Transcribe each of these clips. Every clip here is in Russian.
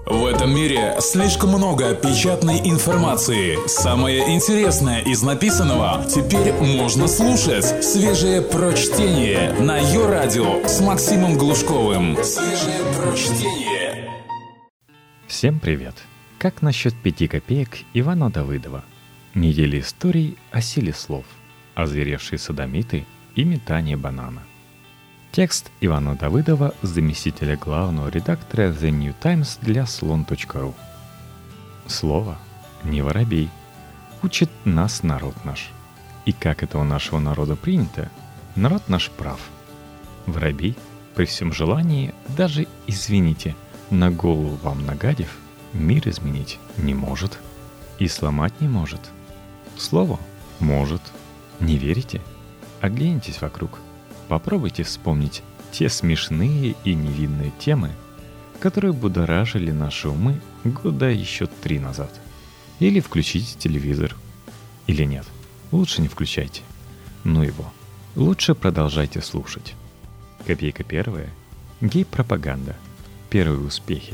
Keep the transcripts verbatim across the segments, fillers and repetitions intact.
В этом мире слишком много печатной информации. Самое интересное из написанного теперь можно слушать. Свежее прочтение на Ё-радио с Максимом Глушковым. Свежее прочтение. Всем привет! Как насчет пяти копеек Ивана Давыдова? Неделя историй о силе слов, озверевшие содомиты и метание банана. Текст Ивана Давыдова, заместителя главного редактора The New Times для слон точка ру. Слово не воробей. Учит нас народ наш. И как это у нашего народа принято, народ наш прав. Воробей, при всем желании, даже, извините, на голову вам нагадив, мир изменить не может и сломать не может. Слово может. Не верите? Оглянитесь вокруг. Попробуйте вспомнить те смешные и невинные темы, которые будоражили наши умы года еще три назад. Или включите телевизор. Или нет, лучше не включайте. Ну его. Лучше продолжайте слушать. Копейка первая. Гей-пропаганда. Первые успехи.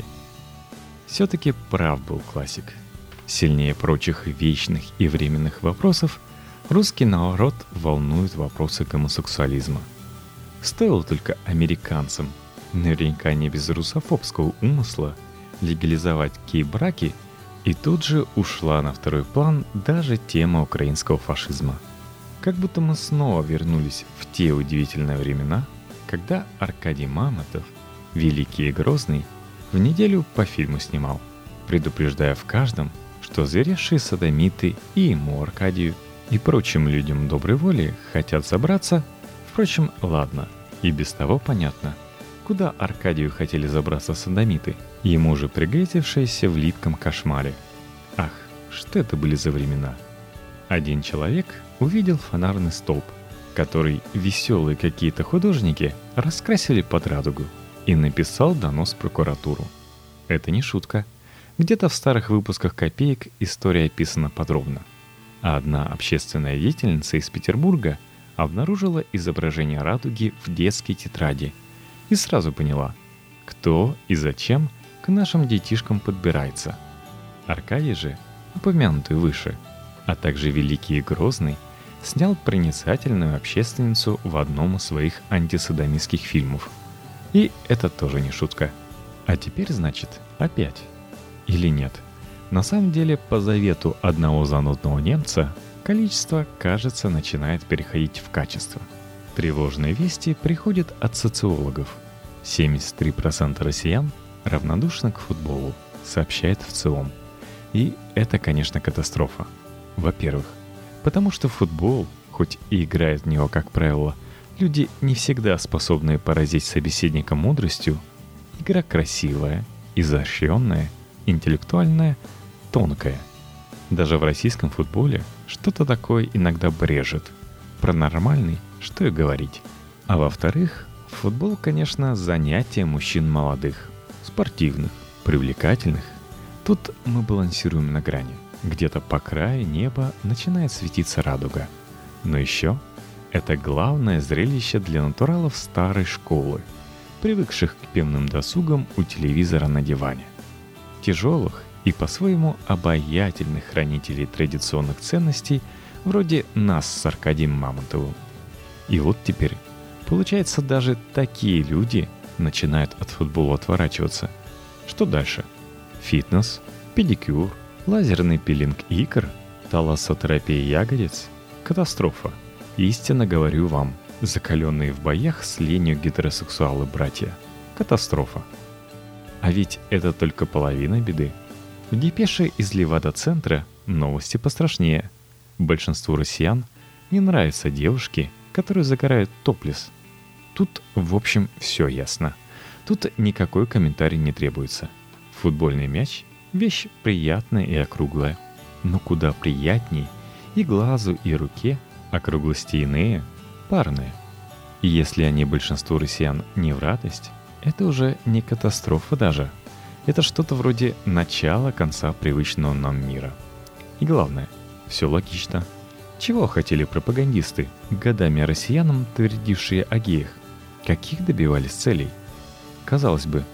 Все-таки прав был классик. Сильнее прочих вечных и временных вопросов русский народ волнует вопросы гомосексуализма. Стоило только американцам, наверняка не без русофобского умысла, легализовать гей-браки, и тут же ушла на второй план даже тема украинского фашизма. Как будто мы снова вернулись в те удивительные времена, когда Аркадий Мамонтов, великий и грозный, в неделю по фильму снимал, предупреждая в каждом, что зверевшие содомиты и ему, Аркадию, и прочим людям доброй воли хотят забраться. Впрочем, ладно, и без того понятно, куда Аркадию хотели забраться содомиты, ему же пригрезившиеся в липком кошмаре. Ах, что это были за времена! Один человек увидел фонарный столб, который веселые какие-то художники раскрасили под радугу, и написал донос в прокуратуру. Это не шутка. Где-то в старых выпусках «Копеек» история описана подробно. А одна общественная деятельница из Петербурга обнаружила изображение радуги в детской тетради и сразу поняла, кто и зачем к нашим детишкам подбирается. Аркадий же, упомянутый выше, а также великий и грозный, снял проницательную общественницу в одном из своих антисодомистских фильмов. И это тоже не шутка. А теперь, значит, опять. Или нет? На самом деле, по завету одного занудного немца, количество, кажется, начинает переходить в качество. Тревожные вести приходят от социологов. семьдесят три процента россиян равнодушны к футболу, сообщает ВЦИОМ. И это, конечно, катастрофа. Во-первых, потому что футбол, хоть и играет в него, как правило, люди, не всегда способные поразить собеседника мудростью, игра красивая, изощренная, интеллектуальная, тонкая. Даже в российском футболе что-то такое иногда брежет. Про нормальный что и говорить. А во-вторых, футбол, конечно, занятие мужчин молодых, спортивных, привлекательных. Тут мы балансируем на грани. Где-то по краю неба начинает светиться радуга. Но еще это главное зрелище для натуралов старой школы, привыкших к пенным досугам у телевизора на диване. Тяжелых и по-своему обаятельных хранителей традиционных ценностей, вроде нас с Аркадием Мамонтовым. И вот теперь, получается, даже такие люди начинают от футбола отворачиваться. Что дальше? Фитнес, педикюр, лазерный пилинг икр, талассотерапия ягодиц? Катастрофа. Истинно говорю вам, закаленные в боях с ленью гетеросексуалы-братья. Катастрофа. А ведь это только половина беды. В депеше из Левада-центра новости пострашнее. Большинству россиян не нравятся девушки, которые загорают топлес. Тут, в общем, все ясно. Тут никакой комментарий не требуется. Футбольный мяч – вещь приятная и округлая. Но куда приятней и глазу, и руке округлости иные, парные. И если они большинству россиян не в радость, это уже не катастрофа даже. Это что-то вроде начала конца привычного нам мира. И главное, все логично. Чего хотели пропагандисты, годами россиянам твердившие о геях? Каких добивались целей? Казалось бы,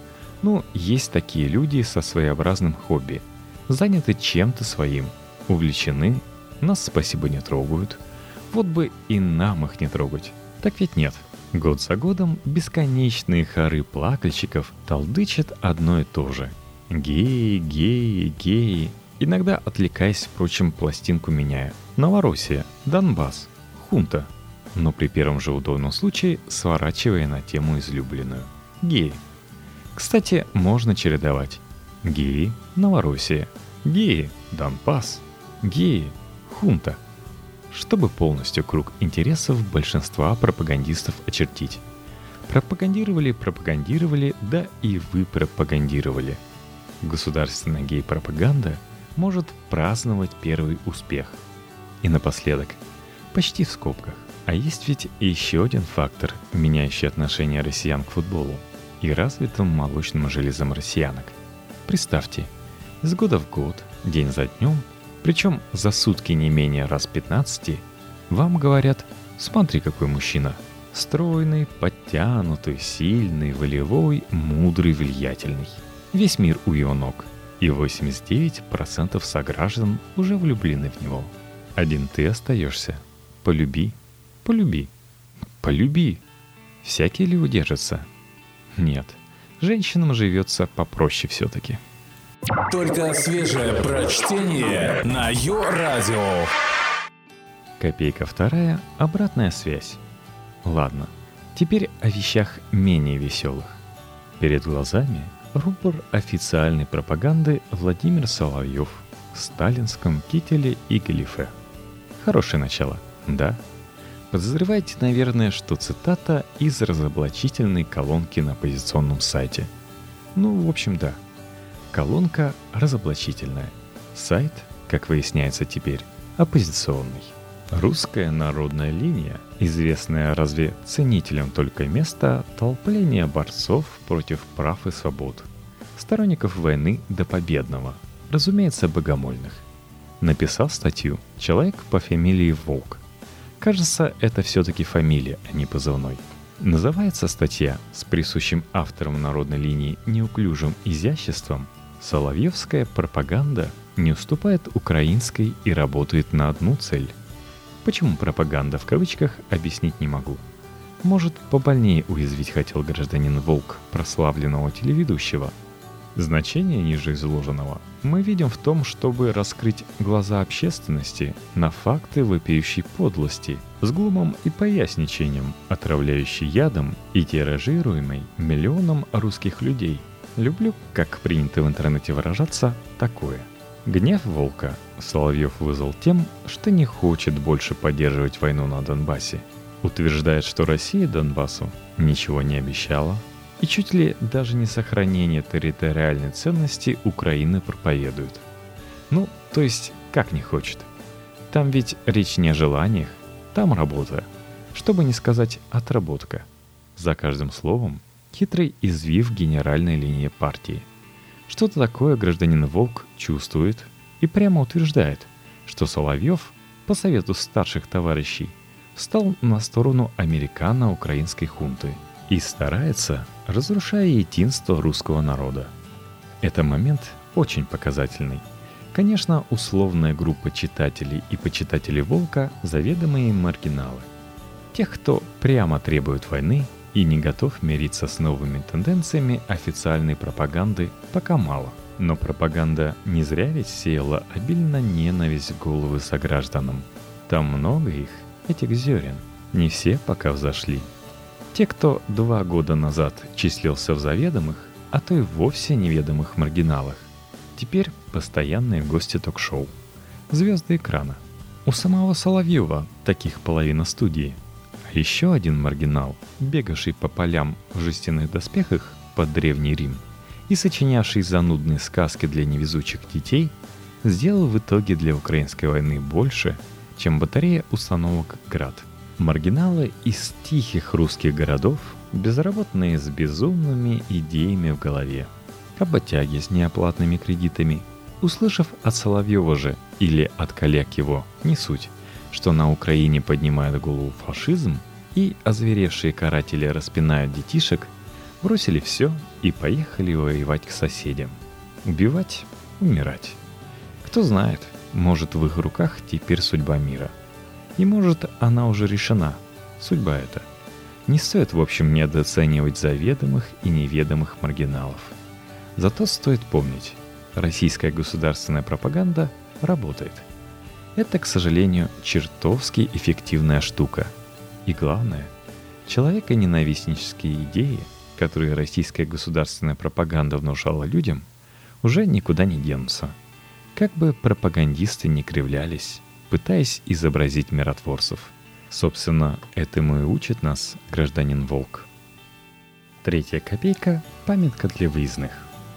Ну, есть такие люди со своеобразным хобби. Заняты чем-то своим, увлечены, нас, спасибо, не трогают. Вот бы и нам их не трогать. Так ведь нет. Год за годом бесконечные хоры плакальщиков толдычат одно и то же. Геи, геи, геи. Иногда, отвлекаясь, впрочем, пластинку меняя. Новороссия, Донбасс, хунта. Но при первом же удобном случае сворачивая на тему излюбленную. Геи. Кстати, можно чередовать. Геи, Новороссия. Геи, Донбасс. Геи, хунта. Чтобы полностью круг интересов большинства пропагандистов очертить. Пропагандировали, пропагандировали, да и вы пропагандировали. Государственная гей-пропаганда может праздновать первый успех. И напоследок, почти в скобках, а есть ведь еще один фактор, меняющий отношение россиян к футболу и развитым молочным железом россиянок. Представьте, с года в год, день за днем, причем за сутки не менее раз пятнадцати, вам говорят: смотри, какой мужчина. Стройный, подтянутый, сильный, волевой, мудрый, влиятельный. Весь мир у его ног. И восемьдесят девять процентов сограждан уже влюблены в него. Один ты остаешься. Полюби, полюби, полюби. Всякий ли удержится? Нет. Женщинам живется попроще все-таки. Только свежее прочтение на Йо-Радио. Копейка вторая. Обратная связь. Ладно, теперь о вещах менее веселых. Перед глазами рупор официальной пропаганды Владимир Соловьев в сталинском кителе и галифе. Хорошее начало, да? Подозреваете, наверное, что цитата из разоблачительной колонки на оппозиционном сайте. Ну, в общем, да. Колонка разоблачительная. Сайт, как выясняется теперь, оппозиционный. Русская народная линия, известная разве ценителям только места толпления борцов против прав и свобод, сторонников войны до победного, разумеется, богомольных. Написал статью человек по фамилии Волк. Кажется, это все-таки фамилия, а не позывной. Называется статья с присущим авторам народной линии неуклюжим изяществом «Соловьевская пропаганда не уступает украинской и работает на одну цель». Почему пропаганда в кавычках, объяснить не могу. Может, побольнее уязвить хотел гражданин Волк прославленного телеведущего. Значение ниже изложенного мы видим в том, чтобы раскрыть глаза общественности на факты вопиющей подлости с глумом и поясничением, отравляющей ядом и тиражируемой миллионам русских людей. Люблю, как принято в интернете выражаться, такое. Гнев Волка Соловьев вызвал тем, что не хочет больше поддерживать войну на Донбассе. Утверждает, что Россия Донбассу ничего не обещала и чуть ли даже не сохранение территориальной целостности Украины проповедует. Ну, то есть, как не хочет. Там ведь речь не о желаниях, там работа. Чтобы не сказать отработка. За каждым словом хитрый извив генеральной линии партии. Что-то такое гражданин Волк чувствует и прямо утверждает, что Соловьев, по совету старших товарищей, встал на сторону американо-украинской хунты и старается, разрушая единство русского народа. Это момент очень показательный. Конечно, условная группа читателей и почитателей Волка – заведомые маргиналы. Тех, кто прямо требует войны и не готов мириться с новыми тенденциями официальной пропаганды, пока мало. Но пропаганда не зря ведь сеяла обильно ненависть в головы согражданам. Там много их, этих зерен. Не все пока взошли. Те, кто два года назад числился в заведомых, а то и вовсе неведомых маргиналах, теперь постоянные гости ток-шоу. Звезды экрана. У самого Соловьева таких половина студии. Еще один маргинал, бегавший по полям в жестяных доспехах под Древний Рим и сочинявший занудные сказки для невезучих детей, сделал в итоге для украинской войны больше, чем батарея установок «Град». Маргиналы из тихих русских городов, безработные с безумными идеями в голове, работяги с неоплатными кредитами, услышав от Соловьева же или от коллег его, не суть, что на Украине поднимает голову фашизм и озверевшие каратели распинают детишек, Бросили все и поехали воевать к соседям. Убивать, умирать. Кто знает, может, в их руках теперь судьба мира. И может, она уже решена, судьба эта. Не стоит, в общем, недооценивать заведомых и неведомых маргиналов. Зато стоит помнить, российская государственная пропаганда работает. Это, к сожалению, чертовски эффективная штука. И главное, человеконенавистнические идеи, которые российская государственная пропаганда внушала людям, уже никуда не денутся. Как бы пропагандисты не кривлялись, пытаясь изобразить миротворцев. Собственно, этому и учит нас гражданин Волк. Третья копейка – памятка для выездных.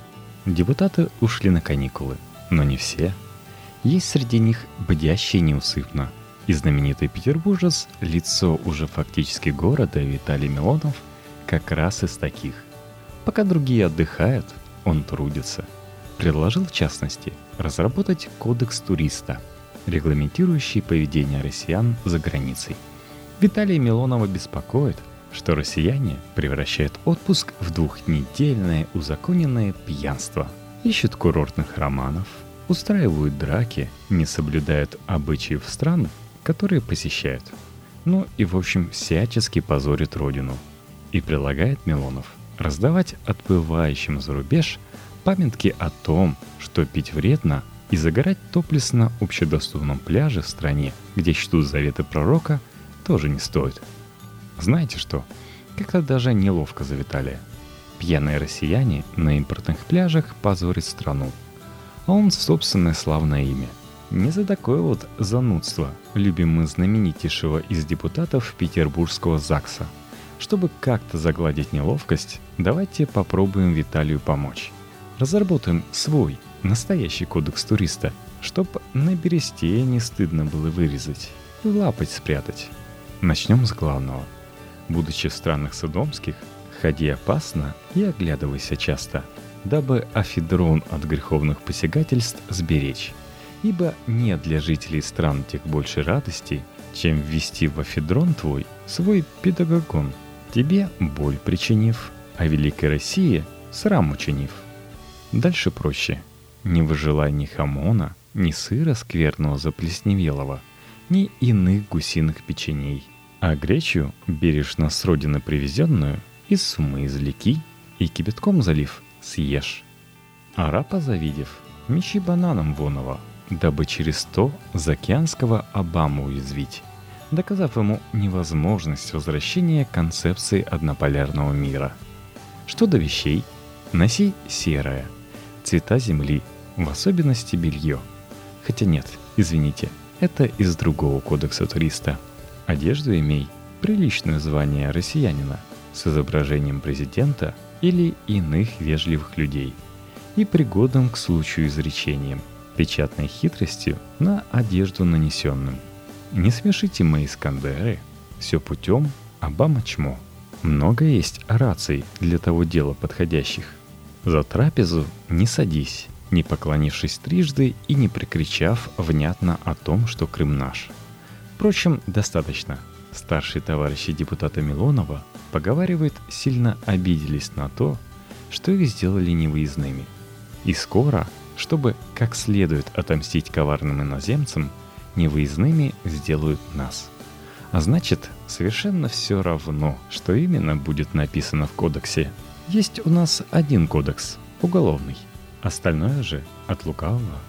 Депутаты ушли на каникулы, но не все. Есть среди них бдящие неусыпно. И знаменитый петербуржец, лицо уже фактически города Виталий Милонов, как раз из таких. Пока другие отдыхают, он трудится. Предложил, в частности, разработать кодекс туриста, регламентирующий поведение россиян за границей. Виталия Милонова беспокоит, что россияне превращают отпуск в двухнедельное узаконенное пьянство, ищут курортных романов, устраивают драки, не соблюдают обычаев стран, которые посещают. Ну и, в общем, всячески позорит родину. И предлагает Милонов раздавать отбывающим за рубеж памятки о том, что пить вредно, и загорать топлес на общедоступном пляже в стране, где чтут заветы пророка, тоже не стоит. Знаете что? Как-то даже неловко за Виталия. Пьяные россияне на импортных пляжах позорят страну. А он собственное славное имя. Не за такое вот занудство любим мы знаменитейшего из депутатов Петербургского ЗАГСа. Чтобы как-то загладить неловкость, давайте попробуем Виталию помочь. Разработаем свой, настоящий кодекс туриста, чтоб на бересте не стыдно было вырезать и в лапоть спрятать. Начнем с главного. Будучи в странах содомских, ходи опасно и оглядывайся часто, дабы афедрон от греховных посягательств сберечь. Ибо нет для жителей стран тех больше радости, чем ввести в афедрон твой свой педагогон, тебе боль причинив, а великой России срам учинив. Дальше проще. Не выжелай ни хамона, ни сыра скверного заплесневелого, ни иных гусиных печеней, а гречу бережно с родины привезенную из сумы извлеки и кипятком залив съешь. А рапа завидев, мечи бананом воново, дабы через то заокеанского Обаму уязвить, доказав ему невозможность возвращения концепции однополярного мира. Что до вещей, носи серое, цвета земли, в особенности белье. Хотя нет, извините, это из другого кодекса туриста. Одежду имей приличное звание россиянина с изображением президента или иных вежливых людей и пригодным к случаю изречением, печатной хитростью на одежду нанесенным. Не смешите мои Искандеры, все путем Обама чмо. Много есть ораций для того дела подходящих. За трапезу не садись, не поклонившись трижды и не прикричав внятно о том, что Крым наш. Впрочем, достаточно. Старшие товарищи депутата Милонова, поговаривают, сильно обиделись на то, что их сделали невыездными. И скоро, чтобы как следует отомстить коварным иноземцам, невыездными сделают нас. А значит, совершенно все равно, что именно будет написано в кодексе. Есть у нас один кодекс – уголовный. Остальное же от лукавого.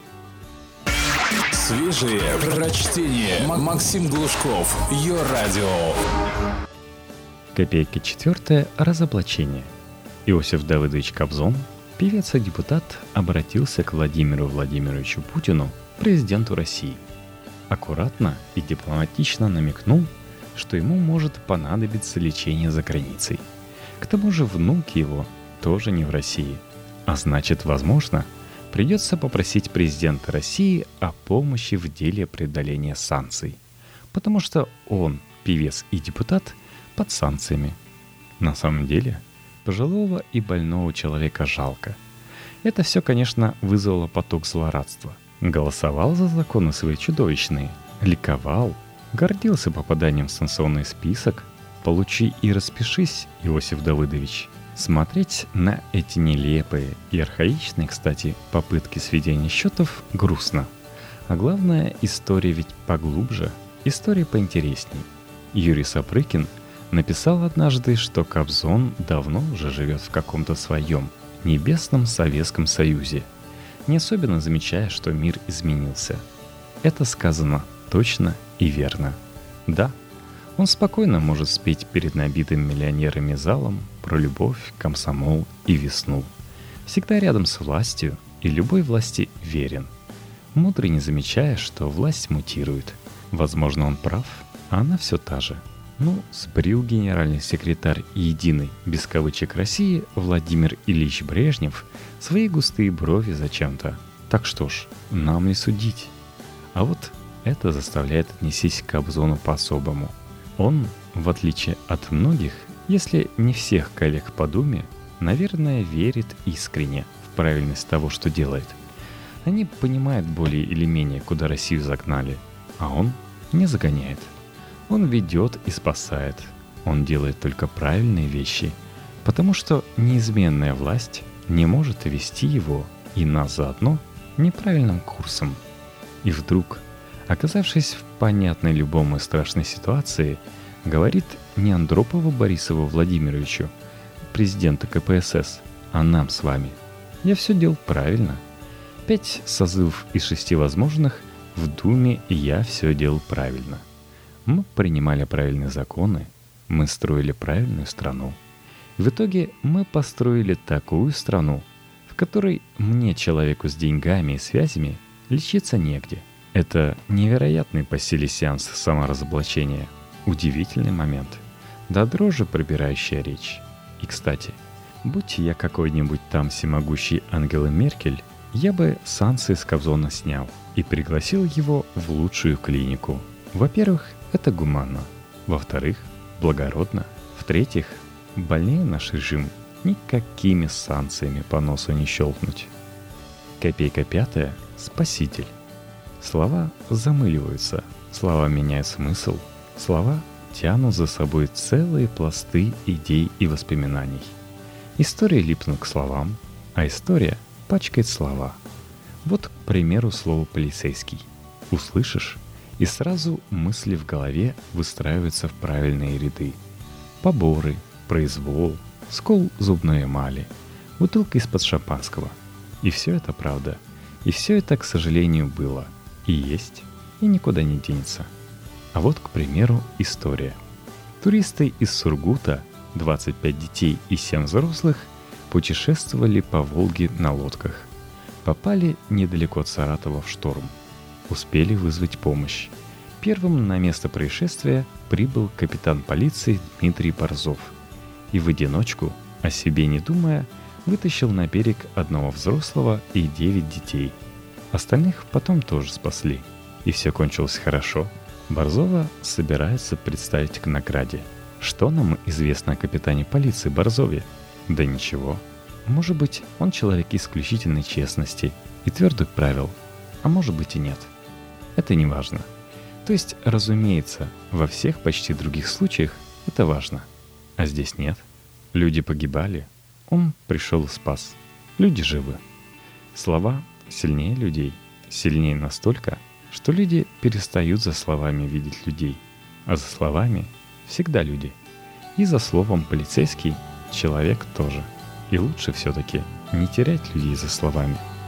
Свежие прочтение. Максим Глушков. Йо-радио. Копейка четвертая. Разоблачение. Иосиф Давыдович Кобзон, певец и депутат, обратился к Владимиру Владимировичу Путину, президенту России. Аккуратно и дипломатично намекнул, что ему может понадобиться лечение за границей. К тому же внук его тоже не в России. А значит, возможно, придется попросить президента России о помощи в деле преодоления санкций. Потому что он, певец и депутат, под санкциями. На самом деле, пожилого и больного человека жалко. Это все, конечно, вызвало поток злорадства. Голосовал за законы свои чудовищные, ликовал, гордился попаданием в санкционный список. Получи и распишись, Иосиф Давыдович. Смотреть на эти нелепые и архаичные, кстати, попытки сведения счетов грустно. А главное, история ведь поглубже, история поинтересней. Юрий Сапрыкин написал однажды, что Кобзон давно уже живет в каком-то своем небесном Советском Союзе, не особенно замечая, что мир изменился. Это сказано точно и верно. Да, он спокойно может спеть перед набитым миллионерами залом про любовь, комсомол и весну. Всегда рядом с властью и любой власти верен. Мудрый не замечая, что власть мутирует. Возможно, он прав, а она все та же. Ну, сбрил генеральный секретарь Единой, без кавычек, России Владимир Ильич Брежнев свои густые брови зачем-то. Так что ж, нам ли судить? А вот это заставляет отнестись к Кобзону по-особому. Он, в отличие от многих, если не всех коллег по Думе, наверное, верит искренне в правильность того, что делает. Они понимают более или менее, куда Россию загнали, а он не загоняет. Он ведет и спасает. Он делает только правильные вещи, потому что неизменная власть не может вести его и нас заодно неправильным курсом. И вдруг, оказавшись в понятной любому и страшной ситуации, говорит не Андропову Борисову Владимировичу, президенту ка пэ эс эс, а нам с вами. Я все делал правильно. Пять созывов из шести возможных в Думе, и я все делал правильно. Мы принимали правильные законы, мы строили правильную страну. В итоге мы построили такую страну, в которой мне, человеку с деньгами и связями, лечиться негде. Это невероятный по силе сеанс саморазоблачения. Удивительный момент. До дрожи пробирающая речь. И, кстати, будь я какой-нибудь там всемогущий Ангела Меркель, я бы санкции с Кобзона снял и пригласил его в лучшую клинику. Во-первых, это гуманно. Во-вторых, благородно. В-третьих, больнее наш режим никакими санкциями по носу не щелкнуть. Копейка пятая — спаситель. Слова замыливаются, слова меняют смысл, слова тянут за собой целые пласты идей и воспоминаний. История липнут к словам, а история пачкает слова. Вот, к примеру, слово «полицейский». Услышишь, и сразу мысли в голове выстраиваются в правильные ряды. Поборы, произвол, скол зубной эмали, бутылка из-под шампанского. И все это правда. И все это, к сожалению, было. И есть, и никуда не денется. А вот, к примеру, история. Туристы из Сургута, двадцать пять детей и семь взрослых, путешествовали по Волге на лодках. Попали недалеко от Саратова в шторм. Успели вызвать помощь. Первым на место происшествия прибыл капитан полиции Дмитрий Борзов. И в одиночку, о себе не думая, вытащил на берег одного взрослого и девять детей. Остальных потом тоже спасли. И все кончилось хорошо. Борзова собирается представить к награде. Что нам известно о капитане полиции Борзове? Да ничего. Может быть, он человек исключительной честности и твердых правил, а может быть и нет. Это не важно. То есть, разумеется, во всех почти других случаях это важно. А здесь нет. Люди погибали. Он пришел и спас. Люди живы. Слова сильнее людей. Сильнее настолько, что люди перестают за словами видеть людей. А за словами всегда люди. И за словом полицейский человек тоже. И лучше все-таки не терять людей за словами.